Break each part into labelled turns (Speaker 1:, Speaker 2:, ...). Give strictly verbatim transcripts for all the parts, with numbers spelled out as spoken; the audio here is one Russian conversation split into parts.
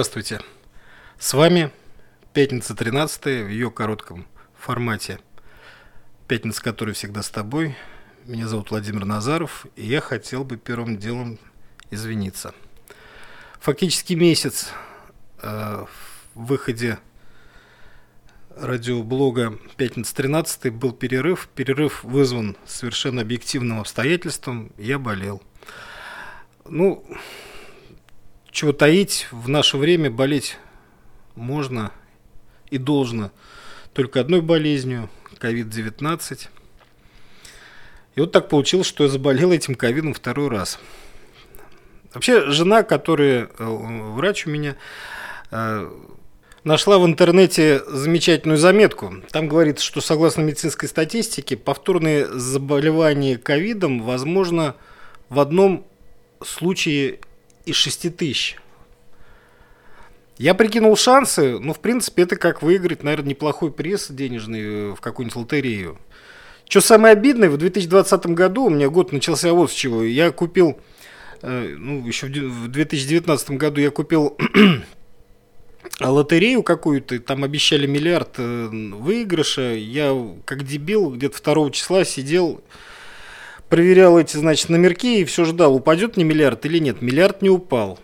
Speaker 1: Здравствуйте. С вами Пятница тринадцатая в ее коротком формате. Пятница, которая всегда с тобой. Меня зовут Владимир Назаров, и я хотел бы первым делом извиниться. Фактически месяц э, в выходе радиоблога «Пятница тринадцатая» был перерыв. Перерыв вызван совершенно объективным обстоятельством. Я болел. Ну, чего таить, в наше время болеть можно и должно только одной болезнью – ковид девятнадцать. И вот так получилось, что я заболел этим ковидом второй раз. Вообще, жена, которая врач у меня, нашла в интернете замечательную заметку. Там говорится, что согласно медицинской статистике, повторные заболевания ковидом возможно в одном случае из шести тысяч. Я прикинул шансы, ну, в принципе, это как выиграть, наверное, неплохой приз денежный в какую-нибудь лотерею. Что самое обидное, в две тысячи двадцатом году, у меня год начался вот с чего, я купил, ну, еще в две тысячи девятнадцатом году я купил лотерею какую-то, там обещали миллиард выигрыша, я как дебил где-то второго числа сидел, проверял эти, значит, номерки и все ждал, упадет мне миллиард или нет. Миллиард не упал.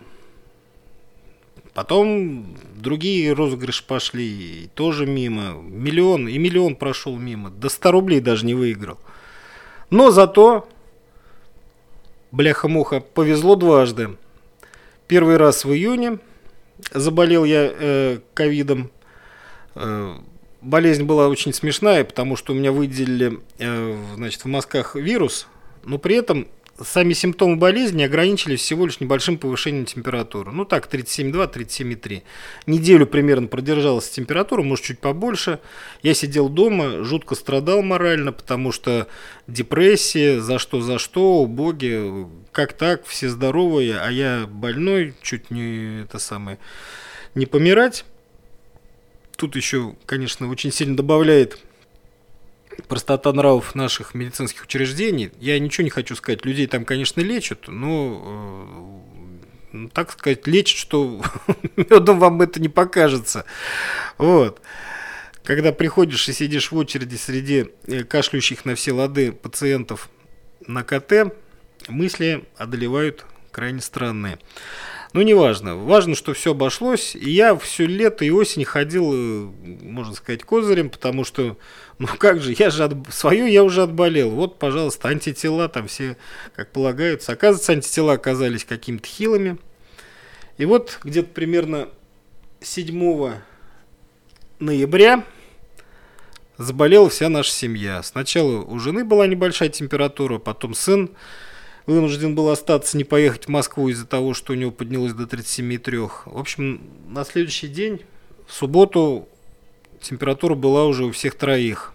Speaker 1: Потом другие розыгрыши пошли, и тоже мимо. Миллион, и миллион прошел мимо. До ста рублей даже не выиграл. Но зато, бляха-муха, повезло дважды. Первый раз в июне заболел я э, ковидом. Э, болезнь была очень смешная, потому что у меня выделили э, значит, в мозгах вирус, но при этом сами симптомы болезни ограничились всего лишь небольшим повышением температуры. Ну так, тридцать семь и два - тридцать семь и три. Неделю примерно продержалась температура, может чуть побольше. Я сидел дома, жутко страдал морально, потому что депрессия, за что, за что, боги, как так, все здоровые, а я больной, чуть не это самое, не помирать. Тут еще, конечно, очень сильно добавляет простота нравов наших медицинских учреждений. Я ничего не хочу сказать. Людей там, конечно, лечат, но, э, так сказать, лечат, что медом вам это не покажется. Вот. Когда приходишь и сидишь в очереди среди кашляющих на все лады пациентов на КТ, мысли одолевают крайне странные. Ну, неважно. Важно, что все обошлось. И я все лето и осень ходил, можно сказать, козырем, потому что, ну как же, я же от... свое я уже отболел. Вот, пожалуйста, антитела там все, как полагается. Оказывается, антитела оказались какими-то хилыми. И вот где-то примерно седьмого ноября заболела вся наша семья. Сначала у жены была небольшая температура, потом сын вынужден был остаться, не поехать в Москву из-за того, что у него поднялось до тридцати семи и трёх. В общем, на следующий день, в субботу, температура была уже у всех троих.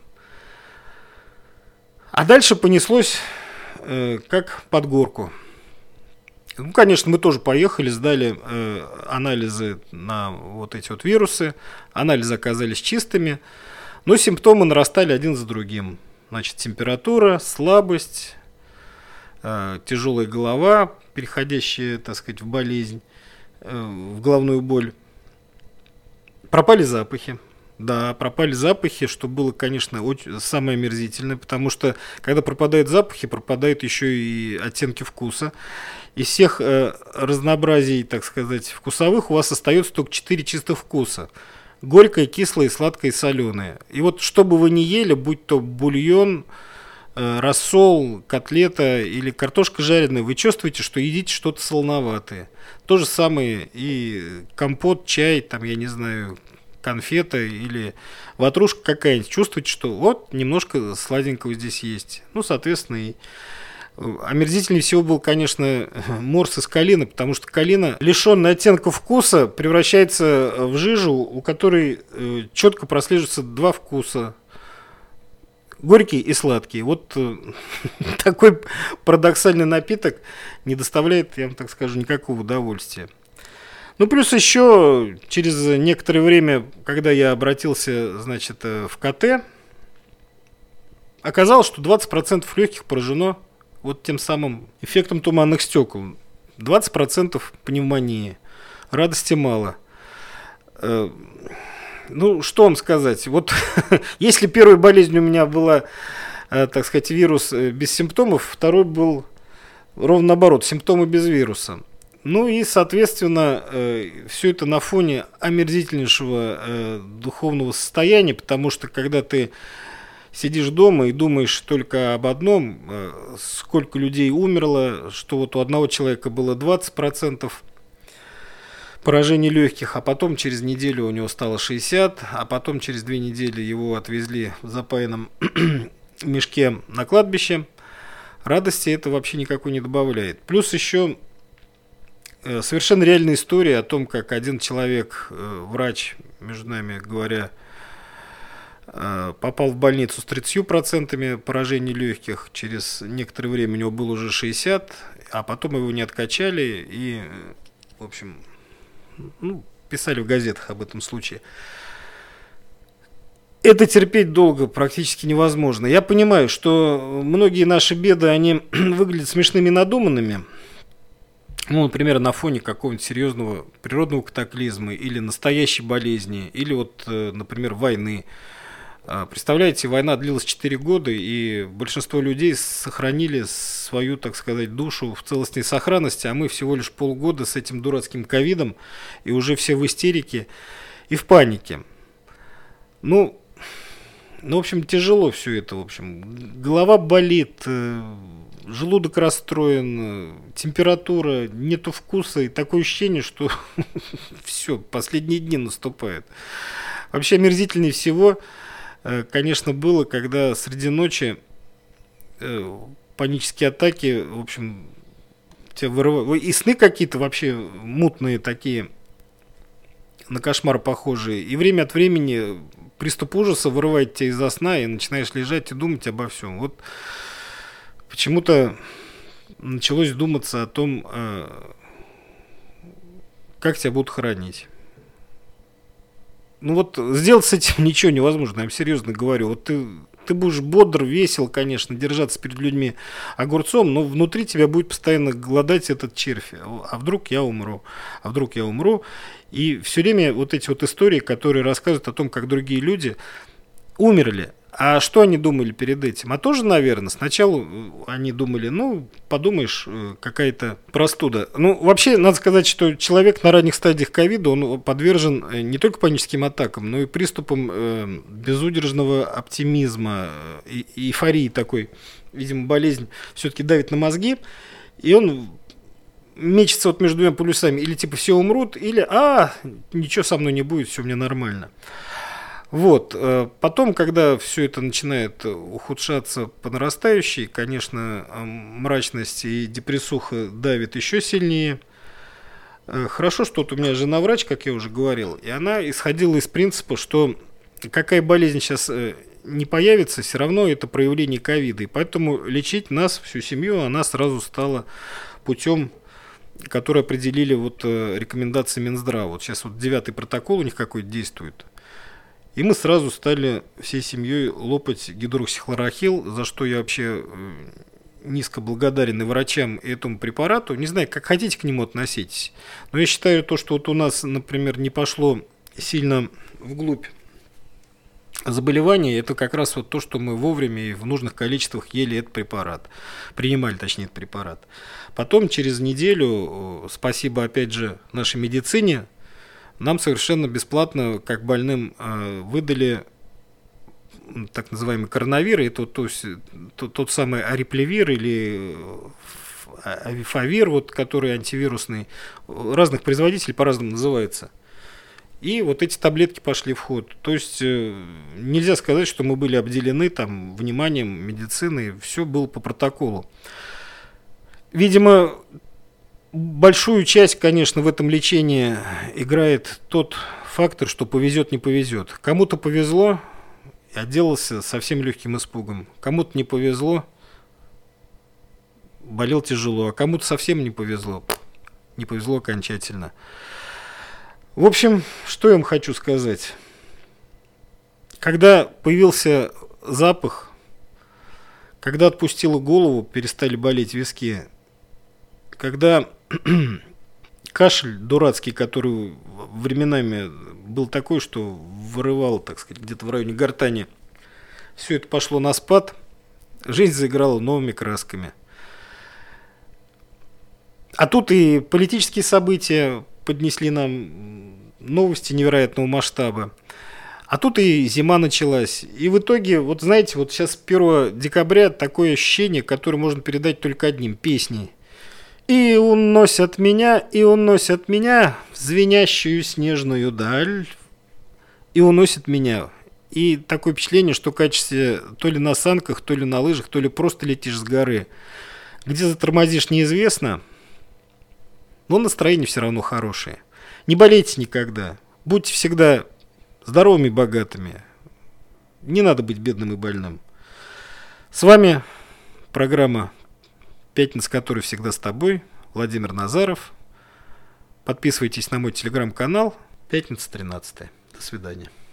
Speaker 1: А дальше понеслось э, как под горку. Ну, конечно, мы тоже поехали, сдали э, анализы на вот эти вот вирусы. Анализы оказались чистыми, но симптомы нарастали один за другим. Значит, температура, слабость, тяжелая голова, переходящая, так сказать, в болезнь, в головную боль. Пропали запахи. Да, пропали запахи, что было, конечно, очень, самое омерзительное, потому что, когда пропадают запахи, пропадают еще и оттенки вкуса. Из всех э, разнообразий, так сказать, вкусовых у вас остается только четыре чистых вкуса. Горькое, кислое, сладкое и соленое. И вот что бы вы ни ели, будь то бульон, рассол, котлета или картошка жареная, вы чувствуете, что едите что-то солоноватое. То же самое и компот, чай, там, я не знаю, конфета или ватрушка какая-нибудь. Чувствуете, что вот немножко сладенького здесь есть. Ну, соответственно, и омерзительнее всего был, конечно, морс из калины, потому что калина, лишенная оттенка вкуса, превращается в жижу, у которой четко прослеживаются два вкуса. Горький и сладкий. Вот э, такой парадоксальный напиток не доставляет, я вам так скажу, никакого удовольствия. Ну, плюс еще через некоторое время, когда я обратился, значит, в КТ, оказалось, что двадцать процентов легких поражено вот тем самым эффектом туманных стекол. двадцать процентов пневмонии. Радости мало. Э, ну, что вам сказать? Вот если первая болезнь у меня была, э, так сказать, вирус э, без симптомов, второй был ровно наоборот, симптомы без вируса. Ну и, соответственно, э, все это на фоне омерзительнейшего э, духовного состояния, потому что когда ты сидишь дома и думаешь только об одном, э, сколько людей умерло, что вот у одного человека было двадцать процентов поражений легких, а потом через неделю у него стало шестьдесят процентов, а потом через две недели его отвезли в запаянном мешке на кладбище, радости это вообще никакой не добавляет. Плюс еще совершенно реальная история о том, как один человек, врач, между нами говоря, попал в больницу с тридцатью процентами поражений легких, через некоторое время у него было уже шестьдесят процентов, а потом его не откачали и, в общем, ну, писали в газетах об этом случае. Это терпеть долго практически невозможно. Я понимаю, что многие наши беды, они выглядят смешными и надуманными. Ну, например, на фоне какого-нибудь серьезного природного катаклизма или настоящей болезни, или вот, например, войны. Представляете, война длилась четыре года, и большинство людей сохранили свою, так сказать, душу в целостной сохранности, а мы всего лишь полгода с этим дурацким ковидом, и уже все в истерике и в панике. Ну, ну, в общем, тяжело все это, в общем. Голова болит, желудок расстроен, температура, нету вкуса, и такое ощущение, что все, последние дни наступают. Вообще омерзительнее всего, конечно, было, когда среди ночи панические атаки, в общем, тебя вырывают. И сны какие-то вообще мутные такие, на кошмар похожие. И время от времени приступ ужаса вырывает тебя из-за сна, и начинаешь лежать и думать обо всем. Вот почему-то началось думаться о том, как тебя будут хоронить. Ну вот сделать с этим ничего невозможно, я вам серьезно говорю. Вот ты, ты будешь бодр, весел, конечно, держаться перед людьми огурцом, но внутри тебя будет постоянно голодать этот червь. А вдруг я умру? А вдруг я умру? И все время вот эти вот истории, которые рассказывают о том, как другие люди умерли. А что они думали перед этим? А тоже, наверное, сначала они думали, ну, подумаешь, какая-то простуда. Ну, вообще, надо сказать, что человек на ранних стадиях ковида, он подвержен не только паническим атакам, но и приступам э, безудержного оптимизма, э, эйфории такой. Видимо, болезнь все-таки давит на мозги, и он мечется вот между двумя полюсами. Или типа все умрут, или а, ничего со мной не будет, все мне нормально. Вот, потом, когда все это начинает ухудшаться по нарастающей, конечно, мрачность и депрессуха давит еще сильнее. Хорошо, что вот у меня жена врач, как я уже говорил, и она исходила из принципа, что какая болезнь сейчас не появится, все равно это проявление ковида. И поэтому лечить нас, всю семью, она сразу стала путем, который определили вот рекомендации Минздрава. Вот сейчас вот девятый протокол у них какой-то действует. И мы сразу стали всей семьей лопать гидроксихлорохил, за что я вообще низко благодарен и врачам, и этому препарату. Не знаю, как хотите к нему относитесь. Но я считаю, то, что вот у нас, например, не пошло сильно вглубь заболевания, это как раз вот то, что мы вовремя и в нужных количествах ели этот препарат. Принимали, точнее, этот препарат. Потом, через неделю, спасибо, опять же, нашей медицине, нам совершенно бесплатно, как больным, выдали так называемый коронавир, это то, то, тот самый ариплевир или авифавир, вот, который антивирусный, разных производителей по-разному называется. И вот эти таблетки пошли в ход. То есть нельзя сказать, что мы были обделены там вниманием медицины, все было по протоколу. Видимо, большую часть, конечно, в этом лечении играет тот фактор, что повезет, не повезет. Кому-то повезло и отделался совсем легким испугом. Кому-то не повезло, болел тяжело. А кому-то совсем не повезло, не повезло окончательно. В общем, что я вам хочу сказать. Когда появился запах, когда отпустила голову, перестали болеть виски, когда кашель дурацкий, который временами был такой, что вырывал, так сказать, где-то в районе гортани. Все это пошло на спад. Жизнь заиграла новыми красками. А тут и политические события поднесли нам новости невероятного масштаба. А тут и зима началась. И в итоге, вот знаете, вот сейчас первого декабря такое ощущение, которое можно передать только одним – песней. И уносят меня, и уносят меня в звенящую снежную даль. И уносят меня. И такое впечатление, что качестве то ли на санках, то ли на лыжах, то ли просто летишь с горы. Где затормозишь, неизвестно. Но настроение все равно хорошее. Не болейте никогда. Будьте всегда здоровыми и богатыми. Не надо быть бедным и больным. С вами программа «Пятница, которая всегда с тобой». Владимир Назаров. Подписывайтесь на мой телеграм-канал. Пятница тринадцатое. До свидания.